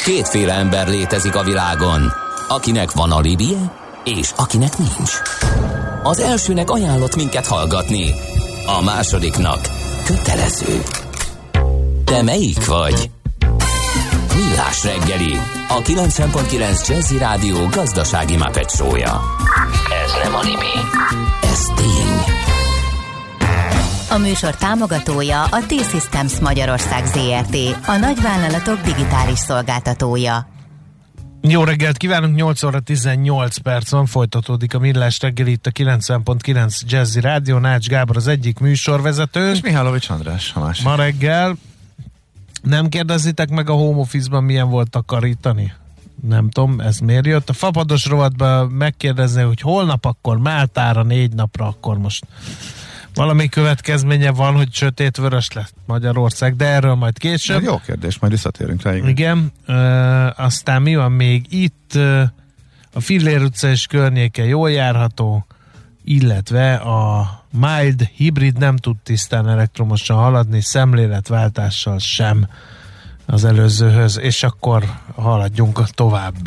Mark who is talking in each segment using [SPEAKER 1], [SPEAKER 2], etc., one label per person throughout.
[SPEAKER 1] Kétféle ember létezik a világon, akinek van alibije, és akinek nincs. Az elsőnek ajánlott minket hallgatni, a másodiknak kötelező. Te melyik vagy? Millás reggeli, a 90.9 Jazzy Rádió gazdasági Muppet show-ja. Ez nem anime, ez tény.
[SPEAKER 2] A műsor támogatója a T-Systems Magyarország Zrt., a nagyvállalatok digitális szolgáltatója.
[SPEAKER 3] Jó reggelt kívánunk, 8 óra 18 percon folytatódik a Millás reggeli itt a 90.9 Jazzy Rádió. Nács Gábor az egyik műsorvezető.
[SPEAKER 4] És Mihálovics András a másik.
[SPEAKER 3] Ma reggel nem kérdezitek meg a home office-ban milyen volt takarítani? Nem tudom, ez miért jött? A fapados rovatban megkérdezni, hogy holnap akkor Máltára 4 napra, akkor most valami következménye van, hogy sötét-vörös lesz Magyarország, de erről majd később.
[SPEAKER 4] Jó kérdés, majd visszatérünk rá.
[SPEAKER 3] Igen, aztán mi van még itt? A Fillér utca és környéke jól járható, illetve a mild hibrid nem tud tisztán elektromosan haladni, szemléletváltással sem az előzőhöz, és akkor haladjunk tovább.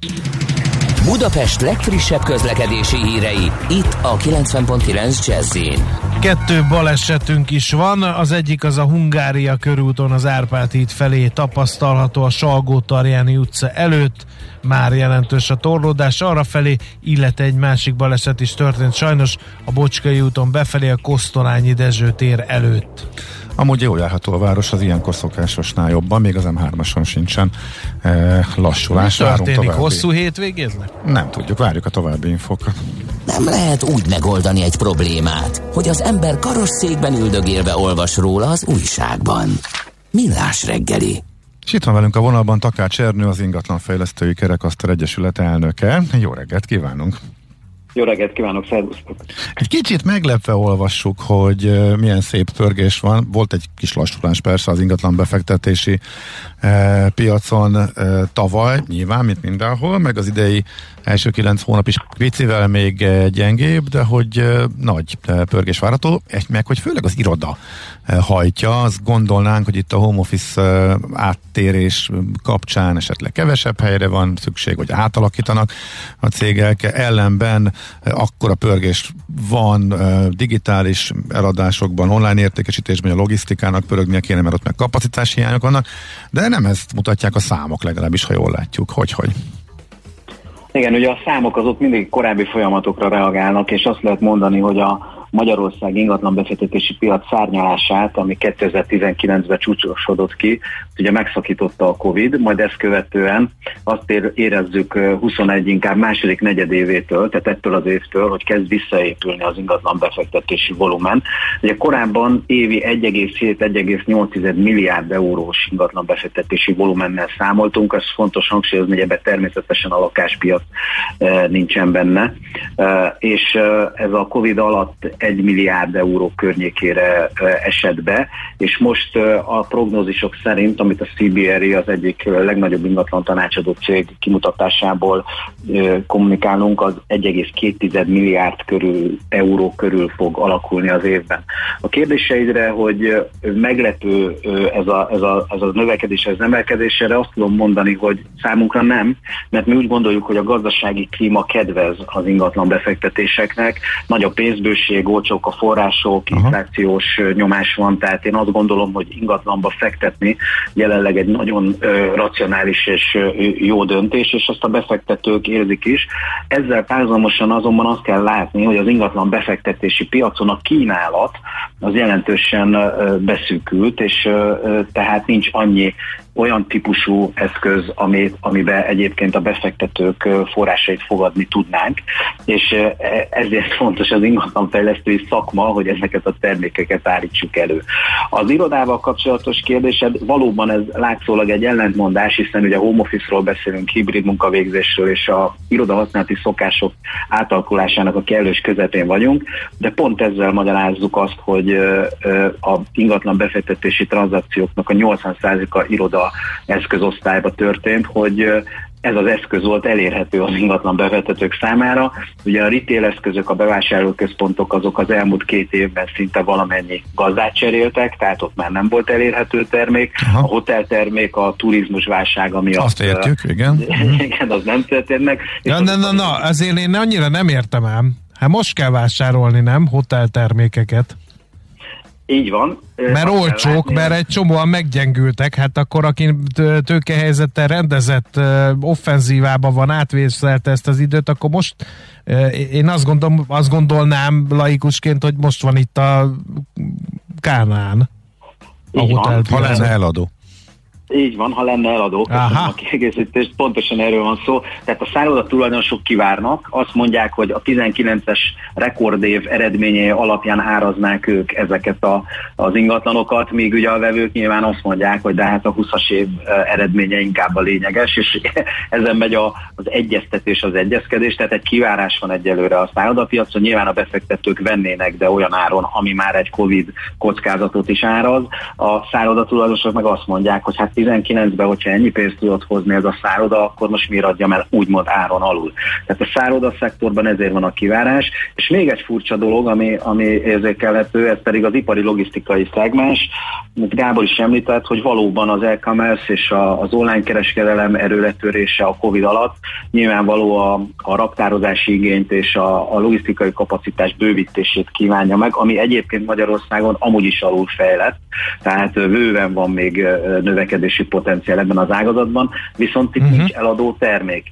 [SPEAKER 1] Budapest legfrissebb közlekedési hírei, itt a 90.9 Jazzyn.
[SPEAKER 3] 2 balesetünk is van, az egyik az a Hungária körúton az Árpád híd felé tapasztalható a Salgó-Tarjáni utca előtt, már jelentős a torlódás arrafelé, illetve egy másik baleset is történt sajnos a Bocskai úton befelé a Kosztolányi Dezső tér előtt.
[SPEAKER 4] Amúgy jól járható a város az ilyenkor szokásosnál jobban, még az M3-ason sincsen lassulás.
[SPEAKER 3] Mi történik? Hosszú hétvégéznek?
[SPEAKER 4] Nem tudjuk, várjuk a további infókat.
[SPEAKER 1] Nem lehet úgy megoldani egy problémát, hogy az ember karosszékben üldögélve olvas róla az újságban. Millás reggeli.
[SPEAKER 4] És itt van velünk a vonalban Takács Ernő, az Ingatlanfejlesztői Kerekasztal Egyesület elnöke. Jó reggelt kívánunk!
[SPEAKER 5] Jó reggelt kívánok, szervusztok!
[SPEAKER 4] Egy kicsit meglepve olvassuk, hogy milyen szép pörgés van. Volt egy kis lassulás persze az ingatlan befektetési piacon tavaly, nyilván, mint mindenhol, meg az idei első 9 hónap is picivel még gyengébb, de hogy nagy pörgés várható, meg hogy főleg az iroda hajtja. Azt gondolnánk, hogy itt a home office áttérés kapcsán esetleg kevesebb helyre van szükség, hogy átalakítanak a cégek, ellenben akkora pörgés van digitális eladásokban, online értékesítésben, a logisztikának pörögnie kéne, mert ott meg kapacitási hiányok vannak, de nem ezt mutatják a számok, legalábbis, ha jól látjuk. Hogy?
[SPEAKER 5] Igen, ugye a számok azok mindig korábbi folyamatokra reagálnak, és azt lehet mondani, hogy a Magyarország ingatlan befektetési piac szárnyalását, ami 2019-ben csúcsosodott ki, ugye megszakította a Covid, majd ezt követően azt érezzük 21 inkább második negyedévétől, tehát ettől az évtől, hogy kezd visszaépülni az ingatlan befektetési volumen. Ugye korábban évi 1,7-1,8 milliárd eurós ingatlan befektetési volumennel számoltunk, ez fontos hangsúlyozni, hogy ebben természetesen a lakáspiac nincsen benne, és ez a Covid alatt 1 milliárd euró környékére esett be, és most a prognózisok szerint, amit a CBRE, az egyik legnagyobb ingatlan tanácsadó cég kimutatásából kommunikálunk, az 1,2 milliárd euró körül fog alakulni az évben. A kérdéseidre, hogy meglepő ez a növekedés, ez emelkedésre, azt tudom mondani, hogy számunkra nem, mert mi úgy gondoljuk, hogy a gazdasági klíma kedvez az ingatlan befektetéseknek, nagy a pénzbőség, olcsók a források, inflációs nyomás van, tehát én azt gondolom, hogy ingatlanba fektetni jelenleg egy nagyon racionális és jó döntés, és azt a befektetők érzik is. Ezzel párhuzamosan azonban azt kell látni, hogy az ingatlan befektetési piacon a kínálat az jelentősen beszűkült, és tehát nincs annyi olyan típusú eszköz, amiben egyébként a befektetők forrásait fogadni tudnánk, és ezért fontos az ingatlanfejlesztői szakma, hogy ezeket a termékeket állítsuk elő. Az irodával kapcsolatos kérdésed, valóban ez látszólag egy ellentmondás, hiszen ugye a home office-ról beszélünk, hibrid munkavégzésről, és a irodahasználati szokások átalakulásának a kellős közepén vagyunk, de pont ezzel magyarázzuk azt, hogy a ingatlan befektetési tranzakcióknak a 80%-a iroda eszközosztályba történt, hogy ez az eszköz volt elérhető az ingatlan befektetők számára. Ugye a retail eszközök, a bevásárlóközpontok azok az elmúlt 2 évben szinte valamennyi gazdát cseréltek, tehát ott már nem volt elérhető termék. Aha. A hoteltermék, a turizmus válsága miatt.
[SPEAKER 4] Azt értjük, igen.
[SPEAKER 5] Igen, az nem történt meg.
[SPEAKER 3] Na, azért én annyira nem értem ám. Hát most kell vásárolni, nem? Hoteltermékeket.
[SPEAKER 5] Így van.
[SPEAKER 3] Mert olcsók, mert egy csomóan meggyengültek, hát akkor aki tőkehelyzettel rendezett offenzívában van, átvészelte ezt az időt, akkor most én azt gondolnám laikusként, hogy most van itt a Kánaán.
[SPEAKER 4] Ha lenne eladó.
[SPEAKER 5] Így van, ha lenne eladó, köszönöm a kiegészítést, pontosan erről van szó. Tehát a szálloda tulajdonosok kivárnak, azt mondják, hogy a 19-es rekordév eredményei alapján áraznák ők ezeket az ingatlanokat, míg ugye a vevők nyilván azt mondják, hogy de hát a 20-as év eredménye inkább a lényeges, és ezen megy az egyeztetés, az egyezkedés, tehát egy kivárás van egyelőre a szállodapiacon, nyilván a befektetők vennének, de olyan áron, ami már egy Covid kockázatot is áraz. A szálloda tulajdonosok meg azt mondják, hogy hát 19-ben, hogyha ennyi pénzt tudott hozni ez a szálloda, akkor most miért adjam el úgymond áron alul. Tehát a szálloda szektorban ezért van a kivárás, és még egy furcsa dolog, ami érzékelhető, ez pedig az ipari logisztikai szegmens. Gábor is említett, hogy valóban az e-commerce és az online kereskedelem erőletörése a Covid alatt nyilvánvaló a raktározási igényt és a logisztikai kapacitás bővítését kívánja meg, ami egyébként Magyarországon amúgy is alulfejlett, tehát bőven van még növekedési potenciál ebben az ágazatban, viszont itt nincs eladó termék.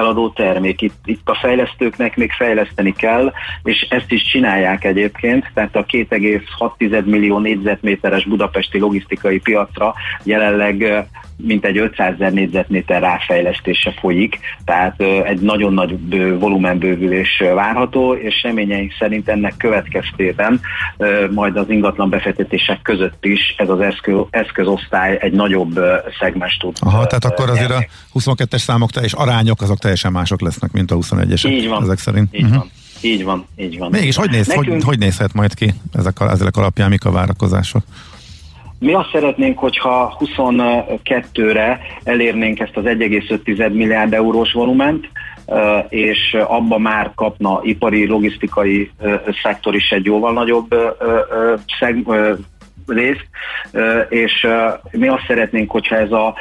[SPEAKER 5] Itt a fejlesztőknek még fejleszteni kell, és ezt is csinálják egyébként, tehát a 2,6 millió négyzetméteres budapesti logisztikai piacra jelenleg mintegy 500 000 négyzetméter ráfejlesztése folyik, tehát egy nagyon nagy volumenbővülés várható, és reményeink szerint ennek következtében majd az ingatlan befektetések között is ez az eszközosztály egy nagyobb szegmens tud.
[SPEAKER 4] Tehát akkor azért a 22-es számok és arányok azok teljesen mások lesznek, mint a 21-esek.
[SPEAKER 5] Így van.
[SPEAKER 4] Ezek szerint.
[SPEAKER 5] Így van.
[SPEAKER 4] Mégis hogy nézhet majd ki ezek alapján, mik a várakozások?
[SPEAKER 5] Mi azt szeretnénk, hogyha 22-re elérnénk ezt az 1,5 milliárd eurós volument, és abban már kapna ipari, logisztikai szektor is egy jóval nagyobb részt, és mi azt szeretnénk, hogyha ez a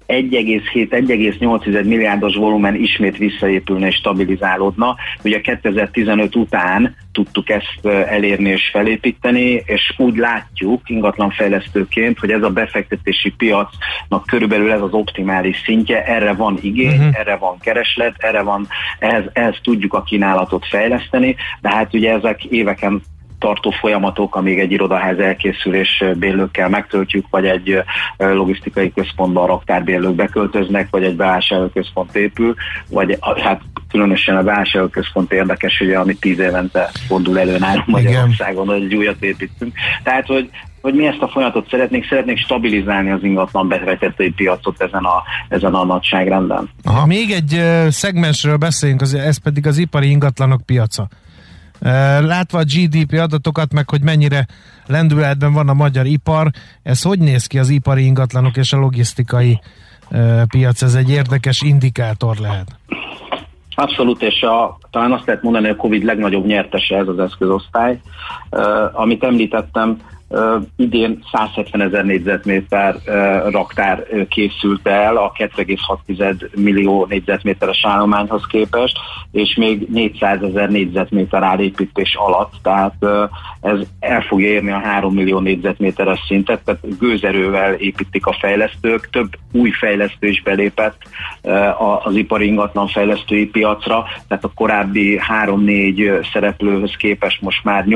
[SPEAKER 5] 1,7-1,8 milliárdos volumen ismét visszaépülne és stabilizálódna. Ugye 2015 után tudtuk ezt elérni és felépíteni, és úgy látjuk ingatlanfejlesztőként, hogy ez a befektetési piacnak körülbelül ez az optimális szintje, erre van igény, erre van kereslet, ehhez tudjuk a kínálatot fejleszteni, de hát ugye ezek éveken tartó folyamatok, amíg egy irodaház elkészül és bérlőkkel megtöltjük, vagy egy logisztikai központban raktárbérlők beköltöznek, vagy egy bevásárlóközpont épül, vagy hát különösen a bevásárlóközpont érdekes, ugye, ami 10 évente fordul elő nálunk Magyarországon, hogy egy újat építünk. Tehát, hogy mi ezt a folyamatot szeretnénk stabilizálni az ingatlan befektetői piacot ezen a nagyságrenden.
[SPEAKER 3] Még egy szegmensről beszéljünk, ez pedig az ipari ingatlanok piaca. Látva a GDP adatokat, meg hogy mennyire lendületben van a magyar ipar, ez hogy néz ki az ipari ingatlanok és a logisztikai piac? Ez egy érdekes indikátor lehet.
[SPEAKER 5] Abszolút, és talán azt lehet mondani, hogy a Covid legnagyobb nyertese ez az eszközosztály. Amit említettem, idén 170 000 négyzetméter raktár készült el a 2,6 millió négyzetméteres állományhoz képest, és még 400 000 négyzetméter áll építés alatt, tehát ez el fogja érni a 3 millió négyzetméteres szintet, tehát gőzerővel építik a fejlesztők, több új fejlesztő is belépett az ipari ingatlan fejlesztői piacra, tehát a korábbi 3-4 szereplőhöz képest most már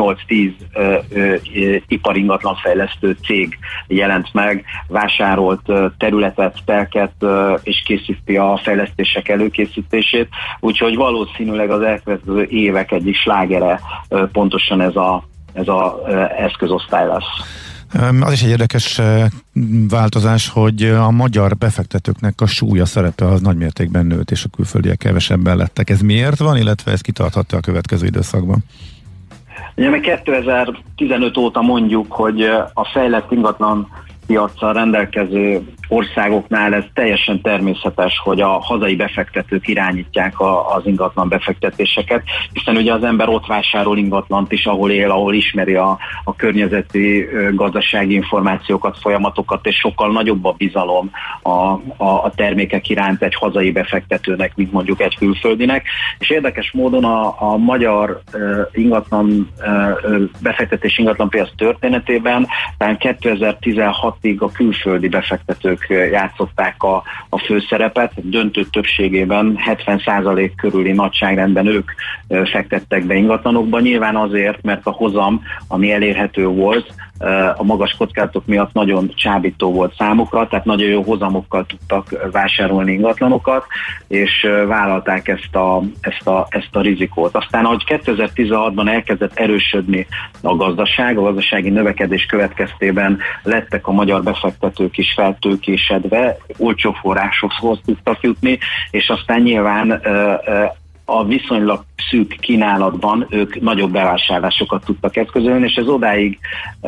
[SPEAKER 5] 8-10 ipari ingatlanfejlesztő cég jelent meg, vásárolt területet, telket, és készíti a fejlesztések előkészítését, úgyhogy valószínűleg az elkövetkező évek egyik slágere pontosan ez az eszközosztály lesz.
[SPEAKER 4] Az is egy érdekes változás, hogy a magyar befektetőknek a súlya, szerepe az nagymértékben nőtt, és a külföldiek kevesebben lettek. Ez miért van, illetve ez kitarthatta a következő időszakban?
[SPEAKER 5] Ugye mi 2015 óta mondjuk, hogy a fejlett ingatlan piaccal rendelkező országoknál ez teljesen természetes, hogy a hazai befektetők irányítják az ingatlan befektetéseket, hiszen ugye az ember ott vásárol ingatlant is, ahol él, ahol ismeri a környezeti gazdasági információkat, folyamatokat, és sokkal nagyobb a bizalom a termékek iránt egy hazai befektetőnek, mint mondjuk egy külföldinek. És érdekes módon a magyar befektetési ingatlanpiac történetében talán 2016-ig a külföldi befektetők játszották a főszerepet, döntő többségében 70% körüli nagyságrendben ők fektettek be ingatlanokba, nyilván azért, mert a hozam, ami elérhető volt, a magas kockázatok miatt nagyon csábító volt számukra, tehát nagyon jó hozamokkal tudtak vásárolni ingatlanokat, és vállalták ezt a rizikót. Aztán, ahogy 2016-ban elkezdett erősödni a gazdasági növekedés következtében lettek a magyar befektetők is feltőkésedve, olcsó forrásokhoz tudtak jutni, és aztán nyilván a viszonylag szűk kínálatban ők nagyobb bevásárlásokat tudtak eszközölni, és ez odáig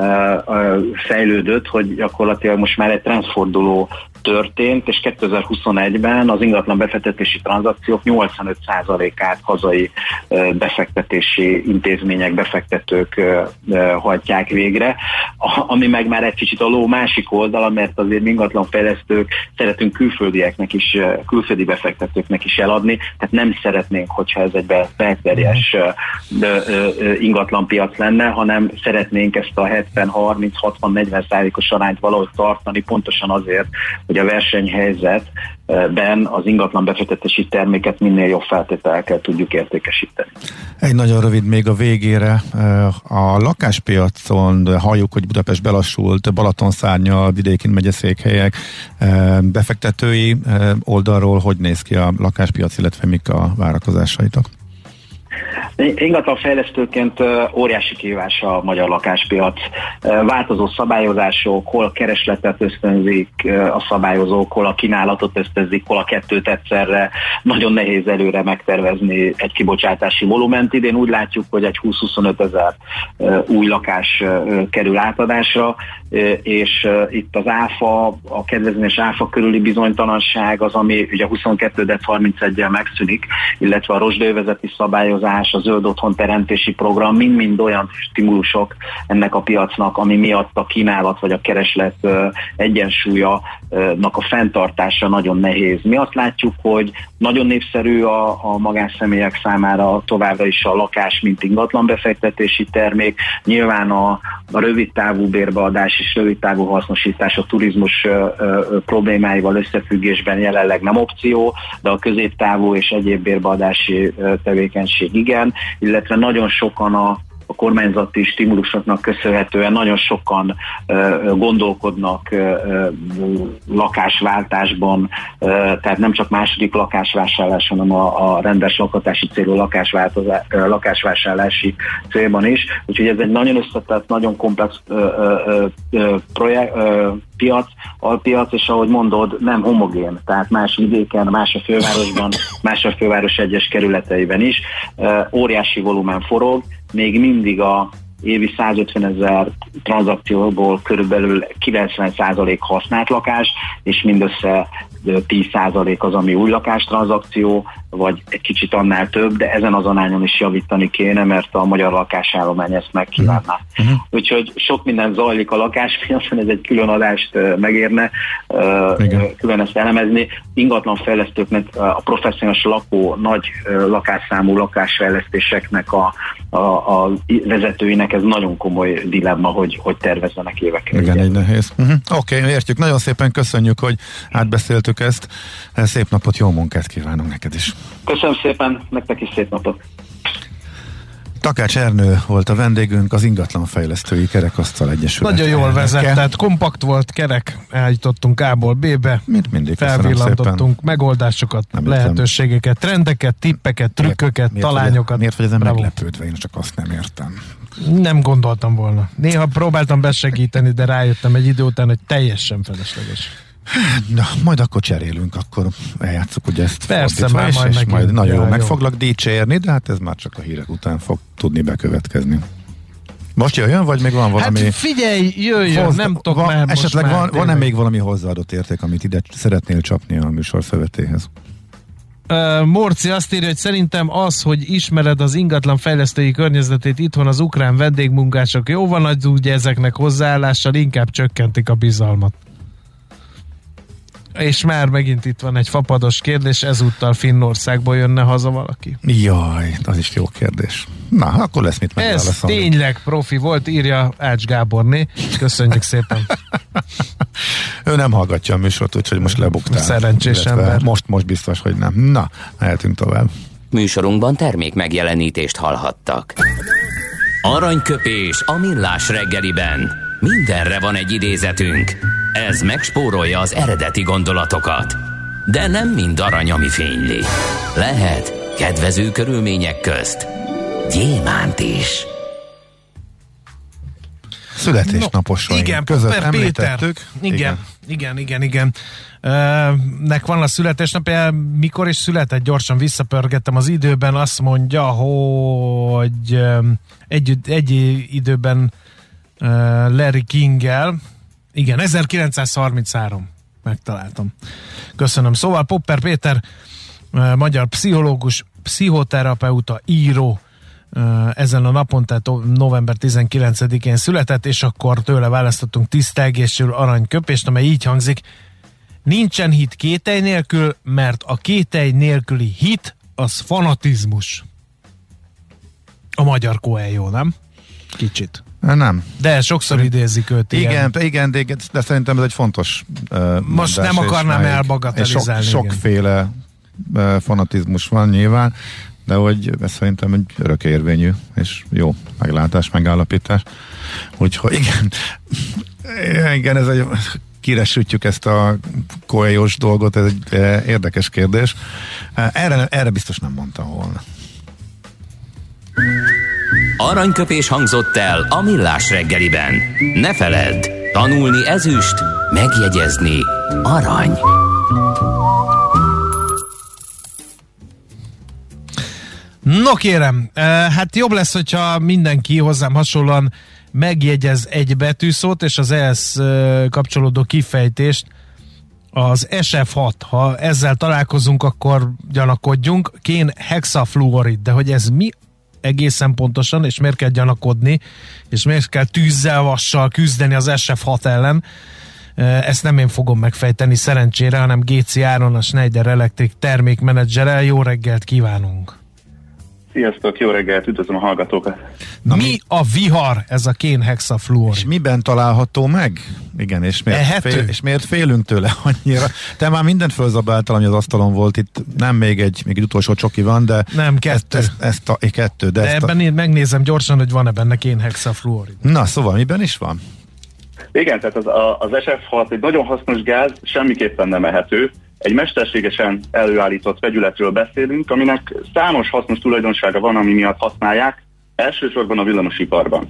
[SPEAKER 5] fejlődött, hogy gyakorlatilag most már egy trendforduló történt, és 2021-ben az ingatlan befektetési tranzakciók 85%-át hazai befektetési intézmények, befektetők hajtják végre, ami meg már egy kicsit a ló másik oldala, mert azért ingatlanfejlesztők szeretünk külföldi befektetőknek is eladni, tehát nem szeretnénk, hogyha ez egy belterjes ingatlanpiac lenne, hanem szeretnénk ezt a 70-30-60-40%-os arányt valahogy tartani, pontosan azért, hogy a versenyhelyzetben az ingatlan befektetési terméket minél jobb feltételekkel tudjuk értékesíteni.
[SPEAKER 4] Egy nagyon rövid még a végére. A lakáspiacon halljuk, hogy Budapest belassult, Balatonszárnyal, vidéki megyeszékhelyek, befektetői oldalról hogy néz ki a lakáspiac, illetve mik a várakozásaitok?
[SPEAKER 5] Ingatlanfejlesztőként óriási kihívás a magyar lakáspiac. Változó szabályozások, hol keresletet ösztönzik a szabályozók, hol a kínálatot ösztönzik, hol a kettőt egyszerre. Nagyon nehéz előre megtervezni egy kibocsátási volument. Idén úgy látjuk, hogy egy 20-25 ezer új lakás kerül átadásra, és itt az áfa, a kedvezményes áfa körüli bizonytalanság az, ami ugye 22 de 31-jel megszűnik, illetve a rozsdaövezeti szabályozás, a zöld otthon teremtési program, mind-mind olyan stimulusok ennek a piacnak, ami miatt a kínálat vagy a kereslet egyensúlyanak a fenntartása nagyon nehéz. Mi azt látjuk, hogy nagyon népszerű a magánszemélyek számára továbbra is a lakás, mint ingatlanbefektetési termék. Nyilván a rövidtávú bérbeadás és rövidtávú hasznosítás a turizmus problémáival összefüggésben jelenleg nem opció, de a középtávú és egyéb bérbeadási tevékenység igen, illetve nagyon sokan a kormányzati stimulusoknak köszönhetően nagyon sokan gondolkodnak lakásváltásban, tehát nem csak második lakásvásárlás, hanem a rendes lakhatási célú lakásvásárlási célban is. Úgyhogy ez egy nagyon összetett, nagyon komplex alpiac, és ahogy mondod, nem homogén, tehát más vidéken, más a fővárosban, más a főváros egyes kerületeiben is. Óriási volumen forog, még mindig a évi 150 000 tranzakcióból körülbelül 90% használt lakás, és mindössze 10% az, ami új lakástranzakció, vagy egy kicsit annál több, de ezen az arányon is javítani kéne, mert a magyar lakásállomány ezt megkívánná. Úgyhogy sok minden zajlik a lakáspiacon, ez egy külön adást megérne, külön ezt elemezni. Ingatlanfejlesztőknek, a professzionális nagy lakásszámú lakásfejlesztéseknek a vezetőinek ez nagyon komoly dilemma, hogy tervezzenek évekre.
[SPEAKER 4] Igen, így nehéz. Oké, értjük. Nagyon szépen köszönjük, hogy átbeszéltük ezt. Szép napot, jó munkát kívánunk neked is.
[SPEAKER 5] Köszönöm szépen, nektek is szép napot.
[SPEAKER 4] Takács Ernő volt a vendégünk, az Ingatlanfejlesztői Kerekasztal Egyesület.
[SPEAKER 3] Nagyon jól vezetett, kompakt volt, kerek, eljutottunk A-ból B-be,
[SPEAKER 4] mint mindig,
[SPEAKER 3] felvillantottunk megoldásokat, lehetőségeket, trendeket, tippeket, trükköket, talányokat.
[SPEAKER 4] Miért vagy ezen meglepődve? Én csak azt nem értem.
[SPEAKER 3] Nem gondoltam volna. Néha próbáltam besegíteni, de rájöttem egy idő után, hogy teljesen felesleges.
[SPEAKER 4] Na, majd akkor cserélünk, akkor eljátszuk ugye ezt.
[SPEAKER 3] Persze, már
[SPEAKER 4] és majd nagyon jól meg foglak dicsérni, de hát ez már csak a hírek után fog tudni bekövetkezni. Most jöjjön, vagy még van valami?
[SPEAKER 3] Hát figyelj, jöjjön, nem tudok már.
[SPEAKER 4] Esetleg van-e még valami hozzáadott érték, amit ide szeretnél csapni a műsor szövetéhez?
[SPEAKER 3] Morci azt írja, hogy szerintem az, hogy ismered az ingatlan fejlesztői környezetét itthon, az ukrán vendégmunkások jó van, az ugye ezeknek hozzáállással inkább csökkentik a bizalmat. És már megint itt van egy fapados kérdés, ezúttal Finnországból jönne haza valaki?
[SPEAKER 4] Jaj, az is jó kérdés. Na, akkor lesz mit megválaszolni.
[SPEAKER 3] Ez tényleg profi volt, írja Ács Gáborné. Köszönjük szépen.
[SPEAKER 4] Ő nem hallgatja a műsort, úgyhogy most lebuktál.
[SPEAKER 3] Szerencsés ember.
[SPEAKER 4] Most biztos, hogy nem. Na, mehetünk tovább.
[SPEAKER 1] Műsorunkban termék megjelenítést hallhattak. Aranyköpés a millás reggeliben. Mindenre van egy idézetünk. Ez megspórolja az eredeti gondolatokat. De nem mind arany, ami fényli. Lehet kedvező körülmények közt gyémánt is.
[SPEAKER 4] Születésnaposaink között említettük.
[SPEAKER 3] Igen. Nek van a születésnapja, mikor is született? Gyorsan visszapörgettem az időben, azt mondja, hogy egy időben Larry King-el. Igen, 1933. Megtaláltam. Köszönöm. Szóval Popper Péter, magyar pszichológus, pszichoterapeuta, író, ezen a napon, tehát november 19-én született, és akkor tőle választottunk tiszta egészsül aranyköpést, amely így hangzik: nincsen hit kételj nélkül, mert a kételj nélküli hit az fanatizmus. A magyar Coelho, nem? Kicsit.
[SPEAKER 4] Nem.
[SPEAKER 3] De sokszor idézik őt.
[SPEAKER 4] Igen, de szerintem ez egy fontos
[SPEAKER 3] most nem akarnám elbagatelizálni.
[SPEAKER 4] Sokféle fanatizmus van nyilván, de hogy ez szerintem egy örökérvényű és jó meglátás, megállapítás. Úgyhogy igen, ez egy kire sütjük ezt a Coelho-s dolgot, ez egy érdekes kérdés. Erre biztos nem mondtam volna.
[SPEAKER 1] Aranyköpés hangzott el a millás reggeliben. Ne feledd, tanulni ezüst, megjegyezni arany.
[SPEAKER 3] No kérem, hát jobb lesz, hogyha mindenki hozzám hasonlóan megjegyez egy betűszót, és az ehhez kapcsolódó kifejtést, az SF6, ha ezzel találkozunk, akkor gyanakodjunk. Kén hexafluorid, de hogy ez mi egészen pontosan, és miért kell gyanakodni, és miért kell tűzzel, vassal küzdeni az SF6 ellen, ezt nem én fogom megfejteni szerencsére, hanem Géci Áron, a Schneider Electric termékmenedzsere. Jó reggelt kívánunk!
[SPEAKER 6] Sziasztok, jó reggelt, üdvözlöm a hallgatókat!
[SPEAKER 3] Mi a vihar ez a kén hexafluorid?
[SPEAKER 4] És miben található meg? Igen, és miért félünk tőle annyira? Te már mindent fölzabáltál, ami az asztalon volt, itt nem még egy utolsó csoki van, de...
[SPEAKER 3] Nem, kettő.
[SPEAKER 4] Kettő.
[SPEAKER 3] De ebben én megnézem gyorsan, hogy van-e benne kén hexafluorid.
[SPEAKER 4] Na, szóval miben is van?
[SPEAKER 6] Igen, tehát az SF6 egy nagyon hasznos gáz, semmiképpen nem ehető. Egy mesterségesen előállított vegyületről beszélünk, aminek számos hasznos tulajdonsága van, ami miatt használják, elsősorban a villamosiparban.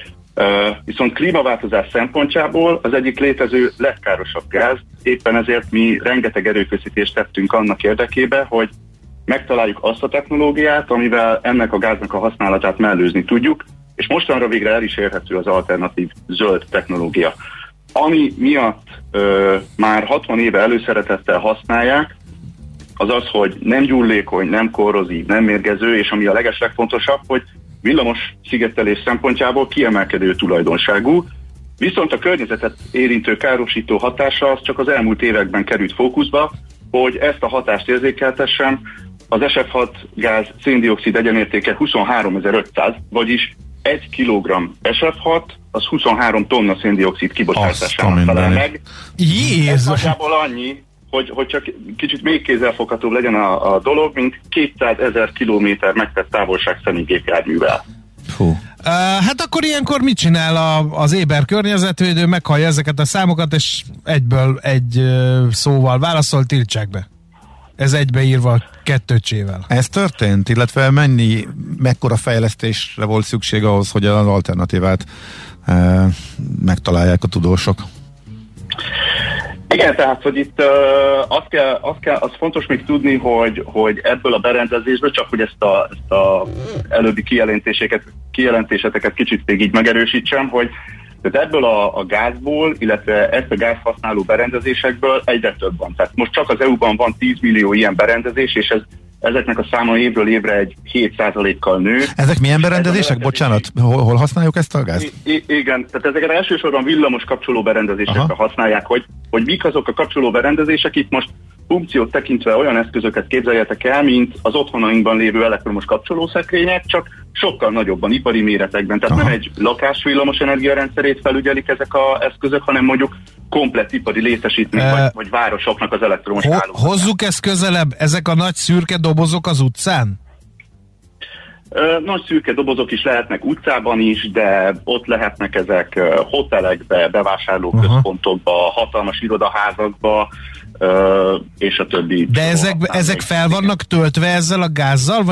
[SPEAKER 6] Viszont klímaváltozás szempontjából az egyik létező legkárosabb gáz, éppen ezért mi rengeteg erőfeszítést tettünk annak érdekébe, hogy megtaláljuk azt a technológiát, amivel ennek a gáznak a használatát mellőzni tudjuk, és mostanra végre el is érhető az alternatív zöld technológia. Ami miatt már 60 éve előszeretettel használják, az az, hogy nem gyullékony, nem korrozív, nem mérgező, és ami a legeslegfontosabb, hogy villamos szigetelés szempontjából kiemelkedő tulajdonságú, viszont a környezetet érintő károsító hatása az csak az elmúlt években került fókuszba, hogy ezt a hatást érzékeltessen, az SF6 gáz széndioxid egyenértéke 23.500, vagyis 1 kg SF6 az 23 tonna széndioxid kibocsátásának felel meg. Ez nagyjából annyi, hogy csak kicsit még kézzelfoghatóbb legyen a dolog, mint 200 000 kilométer megtett távolság személygépjárművel.
[SPEAKER 3] Hát akkor ilyenkor mit csinál az éber környezetvédő? Meghallja ezeket a számokat, és egyből egy szóval válaszol, tiltsák be. Ez egybeírva 2-csével.
[SPEAKER 4] Ez történt, illetve mekkora fejlesztésre volt szükség ahhoz, hogy az alternatívát megtalálják a tudósok?
[SPEAKER 6] Igen, tehát, hogy itt az fontos még tudni, hogy ebből a berendezésből, csak hogy ezt a előbbi kijelentéseteket kicsit még így megerősítsem, hogy tehát ebből a gázból, illetve ezt a gáz használó berendezésekből egyre több van. Tehát most csak az EU-ban van 10 millió ilyen berendezés, és ezeknek a száma évről évre egy 7%-kal nő.
[SPEAKER 4] Ezek milyen berendezések? Bocsánat, hol használjuk ezt a gázt?
[SPEAKER 6] Igen, tehát ezeket elsősorban villamos kapcsoló berendezésekre használják, hogy mik azok a kapcsoló berendezések. Itt most funkciót tekintve olyan eszközöket képzeljetek el, mint az otthonainkban lévő elektromos kapcsolószekrények, csak sokkal nagyobban, ipari méretekben. Tehát nem egy lakás villamos energiarendszerét felügyelik ezek az eszközök, hanem mondjuk komplett ipari létesítmény, vagy városoknak az elektromos hálózatát.
[SPEAKER 3] Hozzuk ezt közelebb, ezek a nagy szürke dobozok az utcán?
[SPEAKER 6] Nagy szürke dobozok is lehetnek utcában is, de ott lehetnek ezek hotelekbe, bevásárlóközpontokba, hatalmas irodaházakba, és a többi.
[SPEAKER 3] De ezek fel vannak töltve ezzel a gázzal,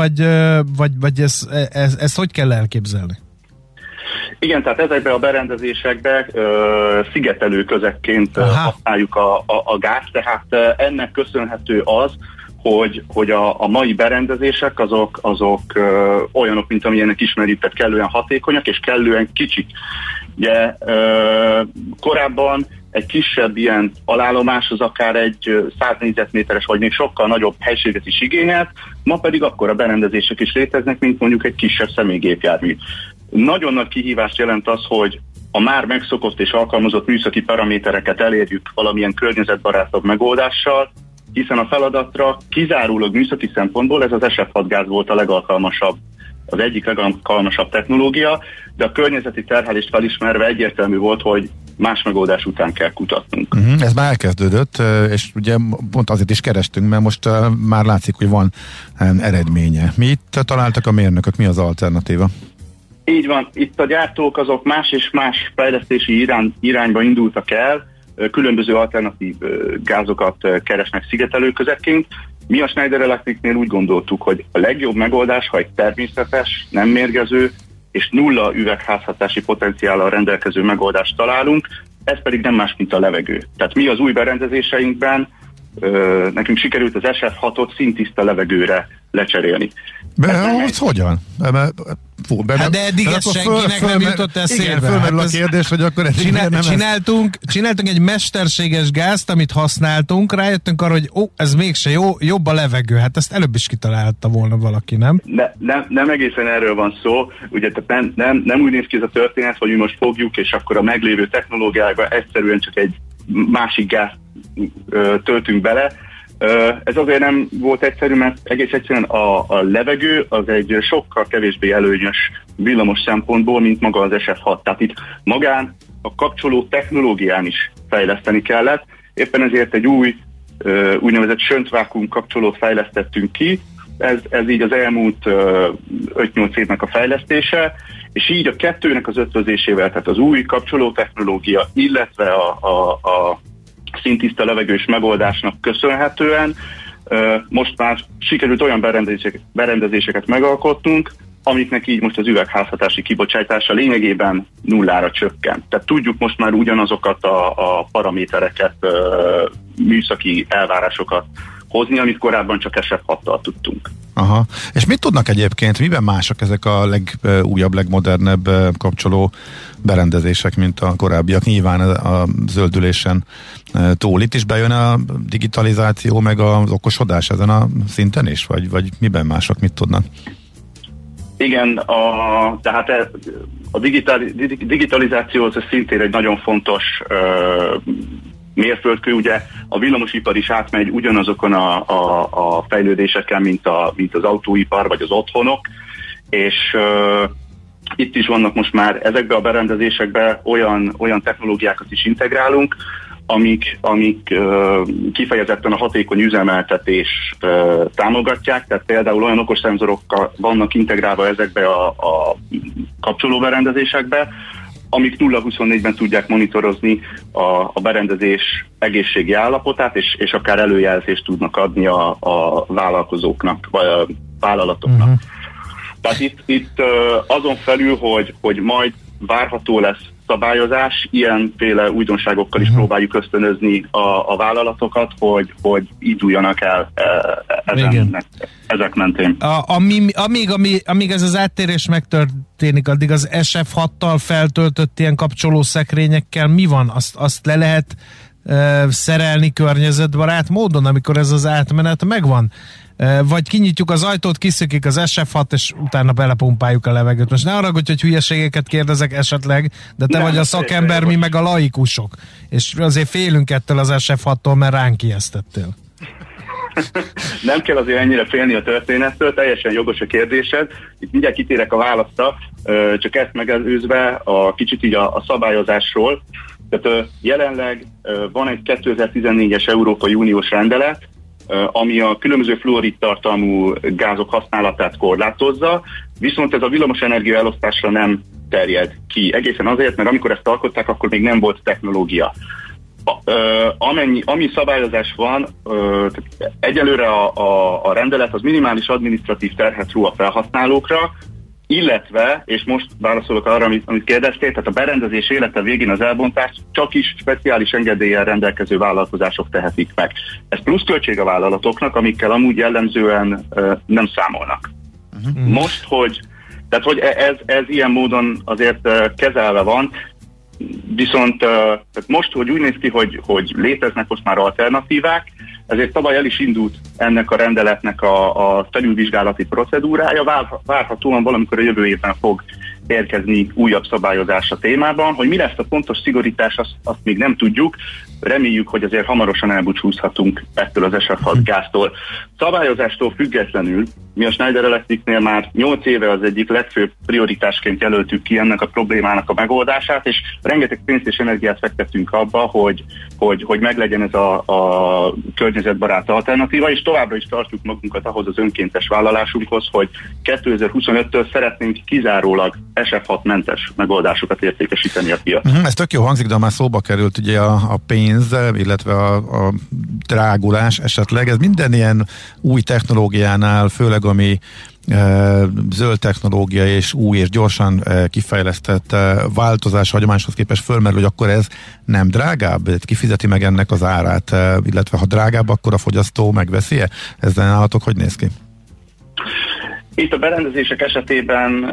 [SPEAKER 3] vagy ezt hogy kell elképzelni?
[SPEAKER 6] Igen, tehát ezekben a berendezésekben szigetelő közekként használjuk a gáz, tehát ennek köszönhető az, hogy a mai berendezések azok olyanok, mint amilyenek ismerjük, tehát kellően hatékonyak és kellően kicsik. Ugye korábban egy kisebb ilyen alállomás az akár egy 100 négyzetméteres vagy még sokkal nagyobb helységet is igényelt, ma pedig akkora berendezések is léteznek, mint mondjuk egy kisebb személygépjármű. Nagyon nagy kihívást jelent az, hogy a már megszokott és alkalmazott műszaki paramétereket elérjük valamilyen környezetbarátabb megoldással, hiszen a feladatra kizárólag műszaki szempontból ez az SF6 gáz volt a legalkalmasabb, az egyik legalkalmasabb technológia, de a környezeti terhelést felismerve egyértelmű volt, hogy más megoldás után kell kutatnunk.
[SPEAKER 4] Ez már elkezdődött, és ugye pont azért is kerestünk, mert most már látszik, hogy van eredménye. Mit találtak a mérnökök, mi az alternatíva?
[SPEAKER 6] Így van, itt a gyártók azok más és más fejlesztési irányba indultak el, különböző alternatív gázokat keresnek szigetelőközekként. Mi a Schneider Electricnél úgy gondoltuk, hogy a legjobb megoldás, ha egy természetes, nem mérgező és nulla üvegházhatási potenciállal rendelkező megoldást találunk, ez pedig nem más, mint a levegő. Tehát mi az új berendezéseinkben nekünk sikerült az SF6-ot színtiszta levegőre lecserélni.
[SPEAKER 4] Az hogyan?
[SPEAKER 3] De eddig ez senkinek nem jutott eszébe.
[SPEAKER 4] Igen, fölmerül a kérdés, hogy akkor
[SPEAKER 3] csináltunk egy mesterséges gázt, amit használtunk, rájöttünk arra, hogy ez mégse jó, jobb a levegő. Hát ezt előbb is kitalálta volna valaki, nem?
[SPEAKER 6] Nem egészen erről van szó. Ugye tehát nem úgy néz ki ez a történet, hogy mi most fogjuk, és akkor a meglévő technológiákba egyszerűen csak egy másik gázt töltünk bele. Ez azért nem volt egyszerű, mert egész egyszerűen a levegő az egy sokkal kevésbé előnyös villamos szempontból, mint maga az SF6. Tehát itt magán a kapcsoló technológián is fejleszteni kellett. Éppen ezért egy új úgynevezett söntvákuum kapcsolót fejlesztettünk ki. Ez így az elmúlt 5-8 évnek a fejlesztése, és így a kettőnek az ötvözésével, tehát az új kapcsoló technológia, illetve a színtiszta levegős megoldásnak köszönhetően most már sikerült olyan berendezéseket megalkotnunk, amiknek így most az üvegházhatási kibocsátása lényegében nullára csökkent. Tehát tudjuk most már ugyanazokat a paramétereket, műszaki elvárásokat hozni, amit korábban csak SF6-tal tudtunk.
[SPEAKER 4] Aha. És mit tudnak egyébként, miben mások ezek a legújabb, legmodernebb kapcsoló berendezések, mint a korábbiak? Nyilván a zöldülésen túl. Itt is bejön a digitalizáció, meg az okosodás ezen a szinten is? Vagy miben mások, mit tudnak?
[SPEAKER 6] Igen, tehát a digitalizáció az szintén egy nagyon fontos mérföldkő, ugye a villamosipar is átmegy ugyanazokon a fejlődéseken, mint az autóipar vagy az otthonok, és itt is vannak most már ezekbe a berendezésekbe olyan technológiákat is integrálunk, amik kifejezetten a hatékony üzemeltetést támogatják, tehát például olyan okos szenzorok vannak integrálva ezekbe a kapcsolóberendezésekbe, amik 0-24-ben tudják monitorozni a berendezés egészségi állapotát, és akár előjelzést tudnak adni a vállalkozóknak, vagy a vállalatoknak. Tehát itt azon felül, hogy majd várható lesz szabályozás, ilyenféle újdonságokkal is próbáljuk ösztönözni a vállalatokat, hogy induljanak el ezek mentén.
[SPEAKER 3] Amíg ez az áttérés megtörténik, addig az SF6-tal feltöltött ilyen kapcsoló szekrényekkel mi van? Azt le lehet szerelni környezetbarát módon, amikor ez az átmenet megvan? Vagy kinyitjuk az ajtót, kiszökik az SF6, és utána belepumpáljuk a levegőt. Most ne haragudj, hogy hülyeségeket kérdezek esetleg, de te vagy a szakember, mi meg a laikusok. És azért félünk ettől az SF6-tól, mert ránk ijesztettél.
[SPEAKER 6] Nem kell azért ennyire félni a történettől, teljesen jogos a kérdésed. Itt mindjárt kitérek a válaszra, csak ezt megelőzve kicsit így a szabályozásról. Tehát jelenleg van egy 2014-es Európai Uniós rendelet, ami a különböző fluorid tartalmú gázok használatát korlátozza, viszont ez a villamosenergia elosztásra nem terjed ki. Egészen azért, mert amikor ezt alkották, akkor még nem volt technológia. Ami szabályozás van, egyelőre a rendelet az minimális adminisztratív terhet ró a felhasználókra, illetve, és most válaszolok arra, amit kérdeztél, tehát a berendezés élete végén az elbontást csak is speciális engedéllyel rendelkező vállalkozások tehetik meg. Ez plusz költség a vállalatoknak, amikkel amúgy jellemzően nem számolnak. Most, hogy ez ilyen módon azért kezelve van, viszont most, hogy úgy néz ki, hogy léteznek most már alternatívák, ezért tavaly el is indult ennek a rendeletnek a felülvizsgálati procedúrája, várhatóan valamikor a jövő évben fog érkezni újabb szabályozás a témában. Hogy mi lesz a pontos szigorítás, azt még nem tudjuk. Reméljük, hogy azért hamarosan elbúcsúzhatunk ettől az SF6 gáztól. Szabályozástól függetlenül mi a Schneider Electricnél már 8 éve az egyik legfőbb prioritásként jelöltük ki ennek a problémának a megoldását, és rengeteg pénzt és energiát fektettünk abba, hogy meglegyen ez a környezetbarát alternatíva, és továbbra is tartjuk magunkat ahhoz az önkéntes vállalásunkhoz, hogy 2025-től szeretnénk kizárólag SF6-mentes megoldásokat értékesíteni a piacon.
[SPEAKER 4] Ez tök jó hangzik, de már szóba került ugye a pénz, illetve a drágulás esetleg. Ez minden ilyen új technológiánál, főleg ami zöld technológia és új és gyorsan kifejlesztett változás hagyományhoz képest fölmerül, hogy akkor ez nem drágább? Kifizeti meg ennek az árát, illetve ha drágább, akkor a fogyasztó megveszi-e? Ezzel nálatok hogy néz ki?
[SPEAKER 6] Itt a berendezések esetében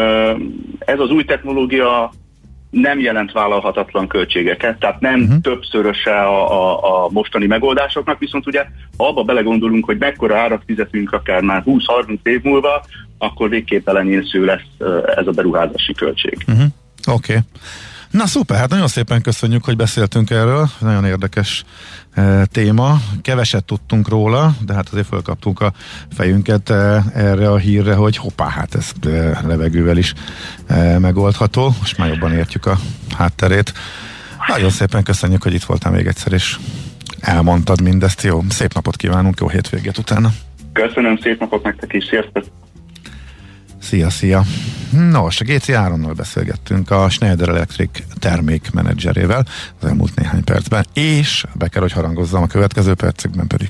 [SPEAKER 6] ez az új technológia nem jelent vállalhatatlan költségeket, tehát nem többszöröse a mostani megoldásoknak, viszont ugye ha abba belegondolunk, hogy mekkora árat fizetünk akár már 20-30 év múlva, akkor végképp elenyésző lesz ez a beruházási költség.
[SPEAKER 4] Oké. Na szuper, hát nagyon szépen köszönjük, hogy beszéltünk erről, nagyon érdekes téma, keveset tudtunk róla, de hát azért fölkaptunk a fejünket erre a hírre, hogy hoppá, hát ez levegővel is megoldható, most már jobban értjük a hátterét. Nagyon szépen köszönjük, hogy itt voltál még egyszer, és elmondtad mindezt. Jó, szép napot kívánunk, jó hétvégét utána.
[SPEAKER 6] Köszönöm, szép napot nektek is, sziasztok!
[SPEAKER 4] Szia! Nos, a GC3-nal beszélgettünk a Schneider Electric termékmenedzserével az elmúlt néhány percben, és be kell, hogy harangozzam a következő percekben pedig.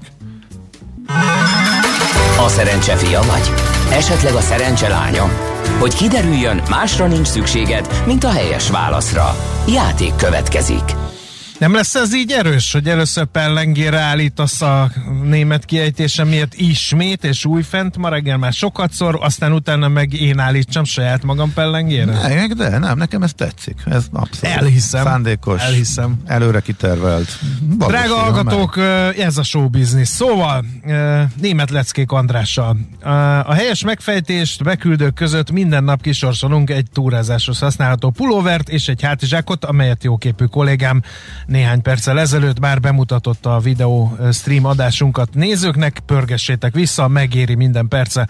[SPEAKER 1] A szerencse fia vagy? Esetleg a szerencse lánya? Hogy kiderüljön, másra nincs szükséged, mint a helyes válaszra. Játék következik.
[SPEAKER 3] Nem lesz ez így erős, hogy először pellengére állítasz a német kiejtése miért ismét, és újfent ma reggel már sokatszor, aztán utána meg én állítsam saját magam pellengére?
[SPEAKER 4] De nem, nekem ez tetszik. Ez abszolút
[SPEAKER 3] elhiszem,
[SPEAKER 4] szándékos, előre kitervelt.
[SPEAKER 3] Drága hallgatók, ez a show business. Szóval, német leckék Andrással. A helyes megfejtést beküldők között minden nap kisorsolunk egy túrázáshoz használható pulóvert és egy hátizsákot, amelyet jóképű kollégám néhány perccel ezelőtt már bemutatott a videó stream adásunkat nézőknek, pörgessétek vissza, megéri minden perce.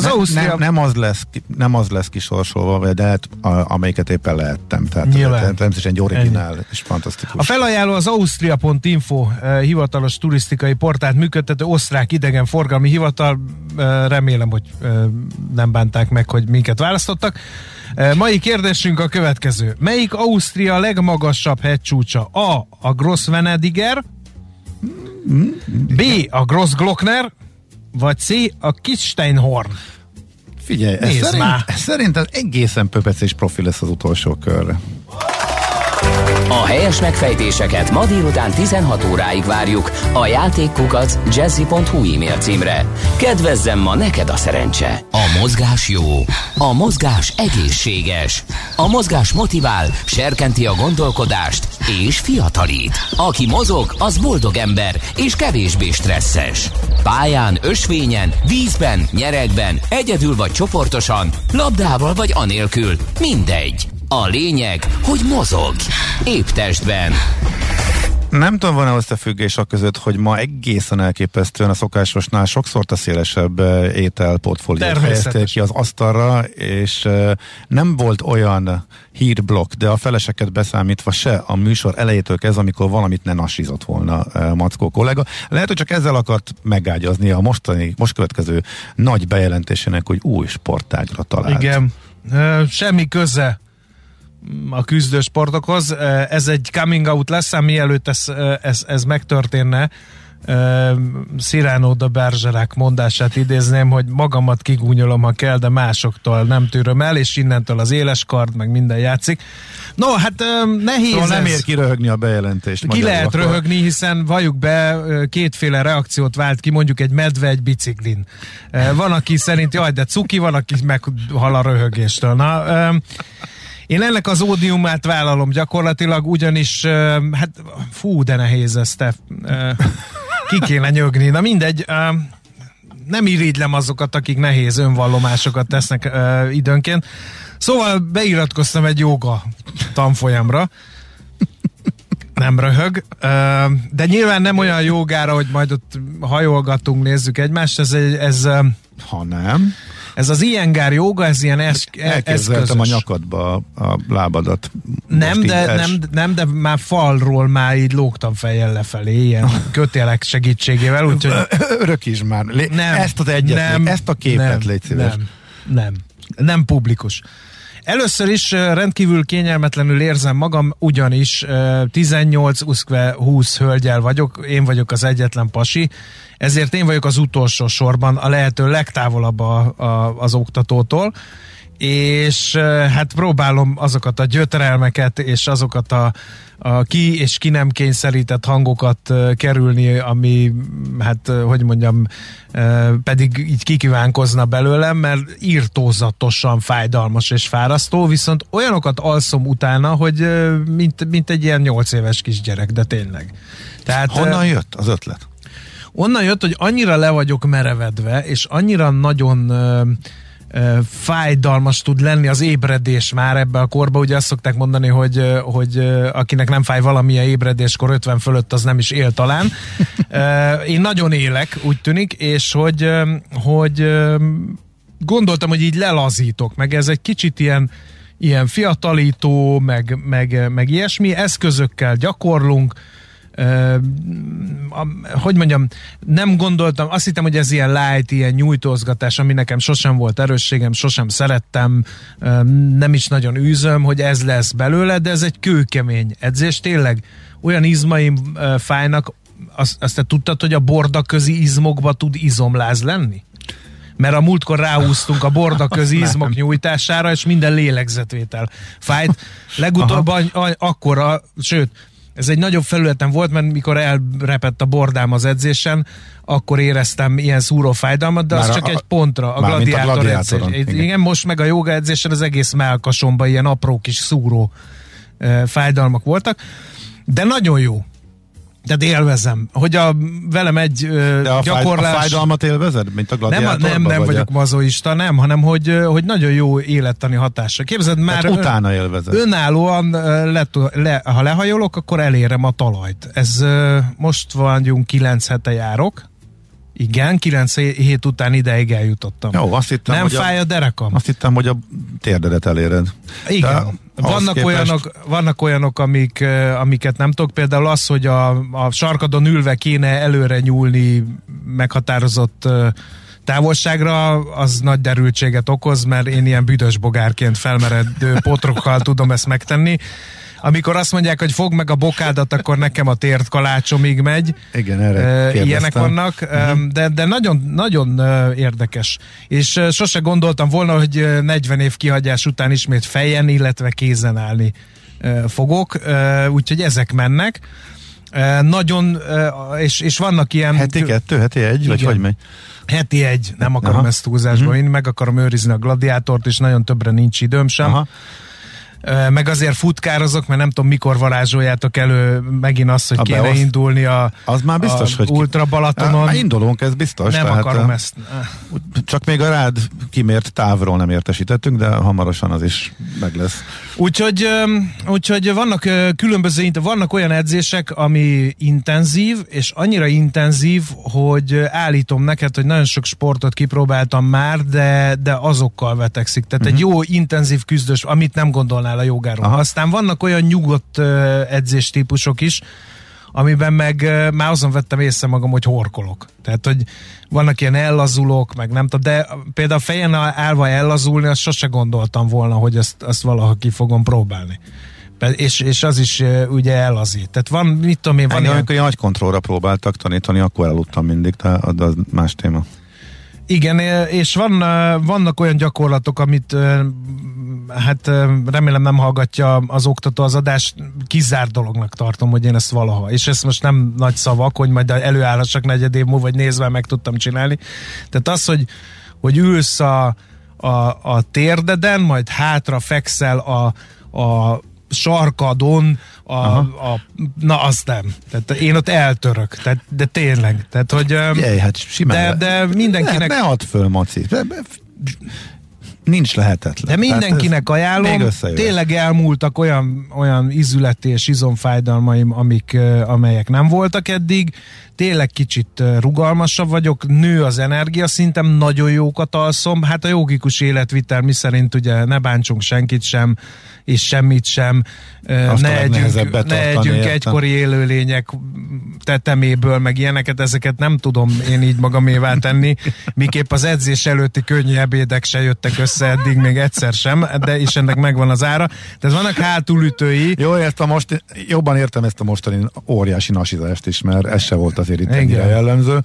[SPEAKER 4] Nem az lesz kisorsolva, de hát amelyiket éppen lehettem. Tehát természetesen egy originál és fantasztikus.
[SPEAKER 3] A felajánló az Austria.info hivatalos turisztikai portált működtető osztrák idegenforgalmi hivatal. Remélem, hogy nem bánták meg, hogy minket választottak. Mai kérdésünk a következő. Melyik Ausztria legmagasabb hegycsúcsa? A Grossvenediger, B. a Grossglockner, vagy C. a Kitzsteinhorn?
[SPEAKER 4] Figyelj, ez szerint egészen pöpec és profi lesz az utolsó körre.
[SPEAKER 1] A helyes megfejtéseket ma délután 16 óráig várjuk a játékkukac jazzy.hu e-mail címre. Kedvezzem ma neked a szerencse! A mozgás jó, a mozgás egészséges, a mozgás motivál, serkenti a gondolkodást és fiatalít. Aki mozog, az boldog ember és kevésbé stresszes. Pályán, ösvényen, vízben, nyeregben, egyedül vagy csoportosan, labdával vagy anélkül, mindegy. A lényeg, hogy mozog. Épp testben.
[SPEAKER 4] Nem tudom, van-e összefüggés a között, hogy ma egészen elképesztően a szokásosnál sokszor a szélesebb ételportfóliót helyezték ki az asztalra, és nem volt olyan hírblokk, de a feleseket beszámítva se a műsor elejétől kezdve, amikor valamit ne nassízott volna Mackó kollega. Lehet, hogy csak ezzel akart megágyazni a most következő nagy bejelentésének, hogy új sportágra talált.
[SPEAKER 3] Igen, semmi köze a küzdősportokhoz. Ez egy coming out lesz, mielőtt ez megtörténne. Cyrano de Bergerac mondását idézném, hogy magamat kigúnyolom, ha kell, de másoktól nem tűröm el, és innentől az éles kard, meg minden játszik. No, hát nehéz.
[SPEAKER 4] Szóval nem ér kiröhögni a bejelentést.
[SPEAKER 3] Ki lehet röhögni, hiszen valljuk be, kétféle reakciót vált ki, mondjuk egy medve egy biciklin. Van, aki szerint jaj, de cuki, van, aki meghal a röhögéstől. Na, én ennek az ódiumát vállalom gyakorlatilag, ugyanis hát fú, de nehéz ezt, ki kéne nyögni. Na mindegy, nem irigylem azokat, akik nehéz önvallomásokat tesznek időnként. Szóval beiratkoztam egy jóga tanfolyamra. Nem röhög, de nyilván nem olyan jógára, hogy majd ott hajolgatunk, nézzük egymást,
[SPEAKER 4] ha nem.
[SPEAKER 3] Ez az Iyengar jóga, ez ilyen
[SPEAKER 4] elképzeltem a nyakadba a lábadat.
[SPEAKER 3] Nem, de már falról már így lógtam fejjel lefelé, ilyen kötélek segítségével, úgyhogy...
[SPEAKER 4] Örökítsd már. Ezt az egyet, ezt a képet légy szíves.
[SPEAKER 3] Nem publikus. Először is rendkívül kényelmetlenül érzem magam, ugyanis 18-20 hölgyel vagyok, én vagyok az egyetlen pasi, ezért én vagyok az utolsó sorban, a lehető legtávolabb az oktatótól, és hát próbálom azokat a gyötrelmeket és azokat a ki és ki nem kényszerített hangokat kerülni, ami, hát hogy mondjam, pedig így kikívánkozna belőlem, mert irtózatosan fájdalmas és fárasztó, viszont olyanokat alszom utána, hogy mint egy ilyen 8 éves kisgyerek, de tényleg. Tehát,
[SPEAKER 4] honnan jött az ötlet?
[SPEAKER 3] Onnan jött, hogy annyira le vagyok merevedve, és annyira nagyon fájdalmas tud lenni az ébredés már ebbe a korba. Ugye azt szokták mondani, hogy akinek nem fáj valamilyen ébredéskor 50 fölött, az nem is él talán. Én nagyon élek, úgy tűnik, és hogy gondoltam, hogy így lelazítok, meg ez egy kicsit ilyen fiatalító, meg ilyesmi, eszközökkel gyakorlunk. Hogy mondjam, nem gondoltam, azt hittem, hogy ez ilyen light, ilyen nyújtózgatás, ami nekem sosem volt erősségem, sosem szerettem, nem is nagyon űzöm, hogy ez lesz belőle, de ez egy kőkemény edzés, tényleg olyan izmaim fájnak, azt te tudtad, hogy a bordaközi izmokba tud izomláz lenni? Mert a múltkor ráhúztunk a bordaközi izmok nyújtására, és minden lélegzetvétel fájt. Legutóbb akkora, sőt, ez egy nagyobb felületen volt, mert mikor elrepett a bordám az edzésen, akkor éreztem ilyen szúró fájdalmat, de az csak egy pontra, a gladiátor edzés. Igen, most meg a jóga edzésen az egész mellkasomban ilyen apró kis szúró fájdalmak voltak, de nagyon jó. Tehát élvezem, hogy velem egy
[SPEAKER 4] de a
[SPEAKER 3] gyakorlás...
[SPEAKER 4] a fájdalmat élvezed, mint a gladiátorban?
[SPEAKER 3] Nem vagyok mazoista, nem, hanem hogy nagyon jó élettani hatása. Képzeld már...
[SPEAKER 4] Hát utána élvezed.
[SPEAKER 3] Önállóan, ha lehajolok, akkor elérem a talajt. Ez most vagyunk 9 hete járok. Igen, 9 hét után ideig eljutottam.
[SPEAKER 4] Jó, azt hittem,
[SPEAKER 3] nem fáj a derekam.
[SPEAKER 4] Azt hittem, hogy a térdedet eléred.
[SPEAKER 3] Igen. Vannak olyanok, amiket nem tudok, például az, hogy a sarkadon ülve kéne előre nyúlni meghatározott távolságra, az nagy derültséget okoz, mert én ilyen büdös bogárként felmeredő potrokkal tudom ezt megtenni. Amikor azt mondják, hogy fogd meg a bokádat, akkor nekem a tért kalácsomig megy.
[SPEAKER 4] Igen, erre
[SPEAKER 3] ilyenek vannak, de nagyon, nagyon érdekes. És sose gondoltam volna, hogy 40 év kihagyás után ismét fejen, illetve kézen állni fogok, úgyhogy ezek mennek. Nagyon, és vannak ilyen...
[SPEAKER 4] Heti 2, heti 1, vagy hogy megy?
[SPEAKER 3] Heti 1, nem akarom ezt túlzásba vinni, meg akarom őrizni a gladiátort, és nagyon többre nincs időm sem. Aha. Meg azért futkározok, mert nem tudom, mikor varázsoljátok elő megint azt, hogy kéne indulni
[SPEAKER 4] az már biztos, hogy
[SPEAKER 3] Ultra Balatonon.
[SPEAKER 4] Már indulunk, ez biztos.
[SPEAKER 3] Nem akarom ezt.
[SPEAKER 4] Csak még a rád kimért távról nem értesítettünk, de hamarosan az is meg lesz.
[SPEAKER 3] Úgyhogy vannak különböző, vannak olyan edzések, ami intenzív, és annyira intenzív, hogy állítom neked, hogy nagyon sok sportot kipróbáltam már, de azokkal vetekszik. Tehát egy jó intenzív küzdős, amit nem gondolnál a jogáról. Aha. Aztán vannak olyan nyugodt edzéstípusok is, amiben meg már azon vettem észre magam, hogy horkolok. Tehát, hogy vannak ilyen ellazulók, meg nem tudom, de például fejen állva ellazulni, azt sose gondoltam volna, hogy azt valaha ki fogom próbálni. És az is ugye ellazít. Tehát van, mit tudom én, van
[SPEAKER 4] ilyen... Amikor nagy kontrollra próbáltak tanítani, akkor eludtam mindig, tehát az más téma.
[SPEAKER 3] Igen, és vannak olyan gyakorlatok, amit hát remélem nem hallgatja az oktató az adást, kizárt dolognak tartom, hogy én ezt valaha. És ezt most nem nagy szavak, hogy majd előállhassak negyed év múlva, vagy nézve meg tudtam csinálni. Tehát az, hogy ülsz a térdeden, majd hátra fekszel a sarkadon, na azt nem. Tehát én ott eltörök. De tényleg. Tehát, hogy...
[SPEAKER 4] Jaj, hát simán.
[SPEAKER 3] De mindenkinek...
[SPEAKER 4] Ne add föl, Maci. Nincs lehetetlen.
[SPEAKER 3] De mindenkinek ajánlom, tényleg elmúltak olyan izületi és izomfájdalmaim, amelyek nem voltak eddig. Tényleg kicsit rugalmasabb vagyok, nő az energiaszintem, nagyon jókat alszom. Hát a jogikus életvitel miszerint ugye ne bántsunk senkit sem, és semmit sem. Ne együnk egykori élőlények teteméből, meg ilyeneket, ezeket nem tudom én így magamévá tenni. Miképp az edzés előtti könnyű ebédek se jöttek össze eddig még egyszer sem, de is ennek megvan az ára. Tehát vannak hátulütői.
[SPEAKER 4] Jó, jobban értem ezt a mostani óriási nasizást is, mert ez se volt azért itt ennyire jellemző.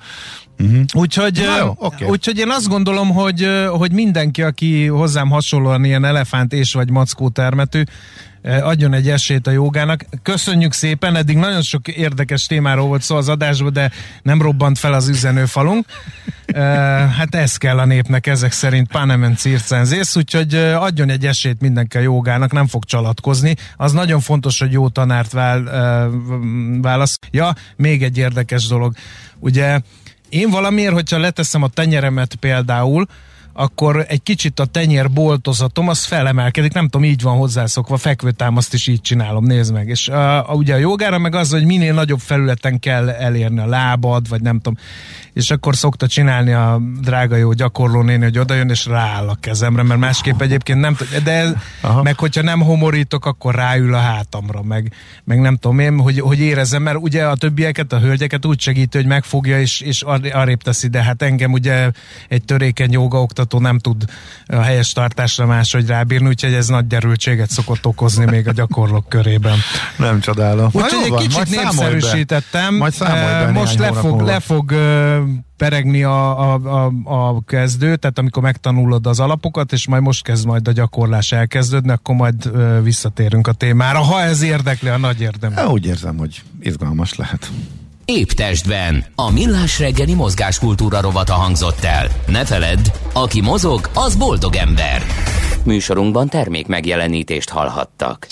[SPEAKER 3] Úgyhogy én azt gondolom, hogy mindenki, aki hozzám hasonlóan ilyen elefánt és vagy mackó termetű, adjon egy esélyt a jogának. Köszönjük szépen, eddig nagyon sok érdekes témáról volt szó az adásban, de nem robbant fel az üzenőfalunk. Hát ez kell a népnek ezek szerint, Panem circenzész, úgyhogy adjon egy esélyt mindenki a jogának, nem fog csalatkozni. Az nagyon fontos, hogy jó tanárt válasz. Ja, még egy érdekes dolog. Ugye én valamiért, hogyha leteszem a tenyeremet például, akkor egy kicsit a tenyérboltozatom az felemelkedik, nem tudom, így van hozzászokva, fekvőtámaszt is így csinálom, nézd meg. És ugye a jogára meg az, hogy minél nagyobb felületen kell elérni a lábad, vagy nem tudom, és akkor szokta csinálni a drága jó gyakorlónéni, hogy odajön és rááll a kezemre, mert másképp egyébként nem tudom, de meg hogyha nem homorítok, akkor ráül a hátamra, meg nem tudom én, hogy érezzem, mert ugye a többieket, a hölgyeket úgy segíti, hogy megfogja és arrébb teszi, de hát engem ugye egy törékeny jogaoktató nem tud a helyes tartásra máshogy rábírni, úgyhogy ez nagy derültséget szokott okozni még a gyakorlók körében.
[SPEAKER 4] Nem csodálom.
[SPEAKER 3] Úgyhogy egy kicsit népszerűsítettem. Most le fog peregni a kezdő, tehát amikor megtanulod az alapokat, és most kezd majd a gyakorlás elkezdődni, akkor majd visszatérünk a témára, ha ez érdekli a nagy érdemben.
[SPEAKER 4] Úgy érzem, hogy izgalmas lehet.
[SPEAKER 1] Épp testben. A Millás reggeli mozgáskultúra rovata hangzott el. Ne feledd, aki mozog, az boldog ember. Műsorunkban termék megjelenítést hallhattak.